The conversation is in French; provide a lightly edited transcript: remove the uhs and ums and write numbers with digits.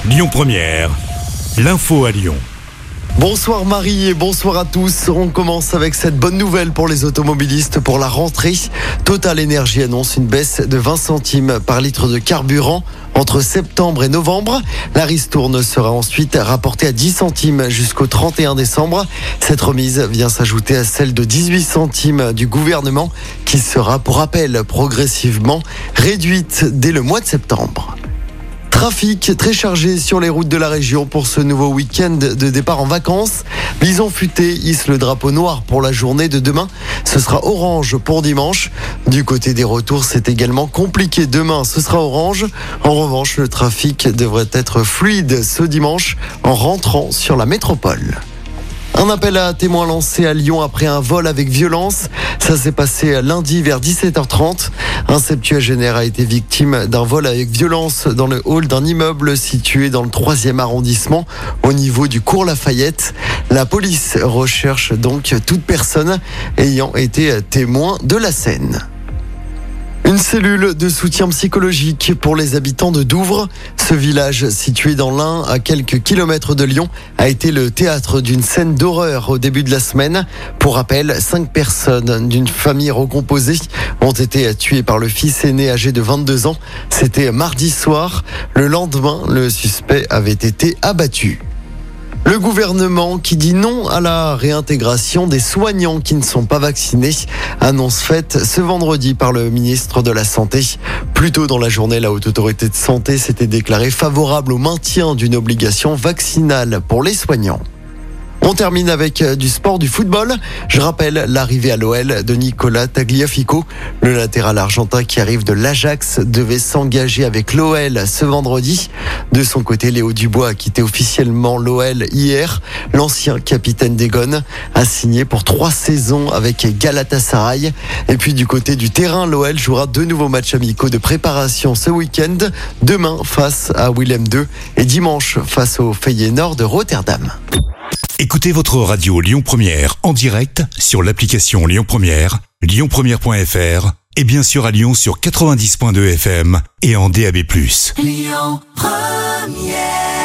Lyon Première, l'info à Lyon. Bonsoir Marie et bonsoir à tous. On commence avec cette bonne nouvelle pour les automobilistes pour la rentrée. Total Energy annonce une baisse de 20 centimes par litre de carburant entre septembre et novembre. La ristourne sera ensuite rapportée à 10 centimes jusqu'au 31 décembre. Cette remise vient s'ajouter à celle de 18 centimes du gouvernement qui sera, pour rappel, progressivement réduite dès le mois de septembre. Trafic très chargé sur les routes de la région pour ce nouveau week-end de départ en vacances. Bison futé hisse le drapeau noir pour la journée de demain. Ce sera orange pour dimanche. Du côté des retours, c'est également compliqué. Demain, ce sera orange. En revanche, le trafic devrait être fluide ce dimanche en rentrant sur la métropole. Un appel à témoins lancé à Lyon après un vol avec violence. Ça s'est passé lundi vers 17h30. Un septuagénaire a été victime d'un vol avec violence dans le hall d'un immeuble situé dans le 3e arrondissement au niveau du cours Lafayette. La police recherche donc toute personne ayant été témoin de la scène. Une cellule de soutien psychologique pour les habitants de Douvres. Ce village, situé dans l'Ain, à quelques kilomètres de Lyon, a été le théâtre d'une scène d'horreur au début de la semaine. Pour rappel, 5 personnes d'une famille recomposée ont été tuées par le fils aîné âgé de 22 ans. C'était mardi soir. Le lendemain, le suspect avait été abattu. Le gouvernement qui dit non à la réintégration des soignants qui ne sont pas vaccinés. Annonce faite ce vendredi par le ministre de la Santé. Plus tôt dans la journée, la Haute Autorité de Santé s'était déclarée favorable au maintien d'une obligation vaccinale pour les soignants. On termine avec du sport, du football. Je rappelle l'arrivée à l'OL de Nicolas Tagliafico. Le latéral argentin qui arrive de l'Ajax devait s'engager avec l'OL ce vendredi. De son côté, Léo Dubois a quitté officiellement l'OL hier. L'ancien capitaine des Gones a signé pour 3 saisons avec Galatasaray. Et puis du côté du terrain, l'OL jouera 2 nouveaux matchs amicaux de préparation ce week-end. Demain face à Willem II et dimanche face au Feyenoord de Rotterdam. Écoutez votre radio Lyon Première en direct sur l'application Lyon Première, lyonpremière.fr et bien sûr à Lyon sur 90.2 FM et en DAB+. Lyon Première.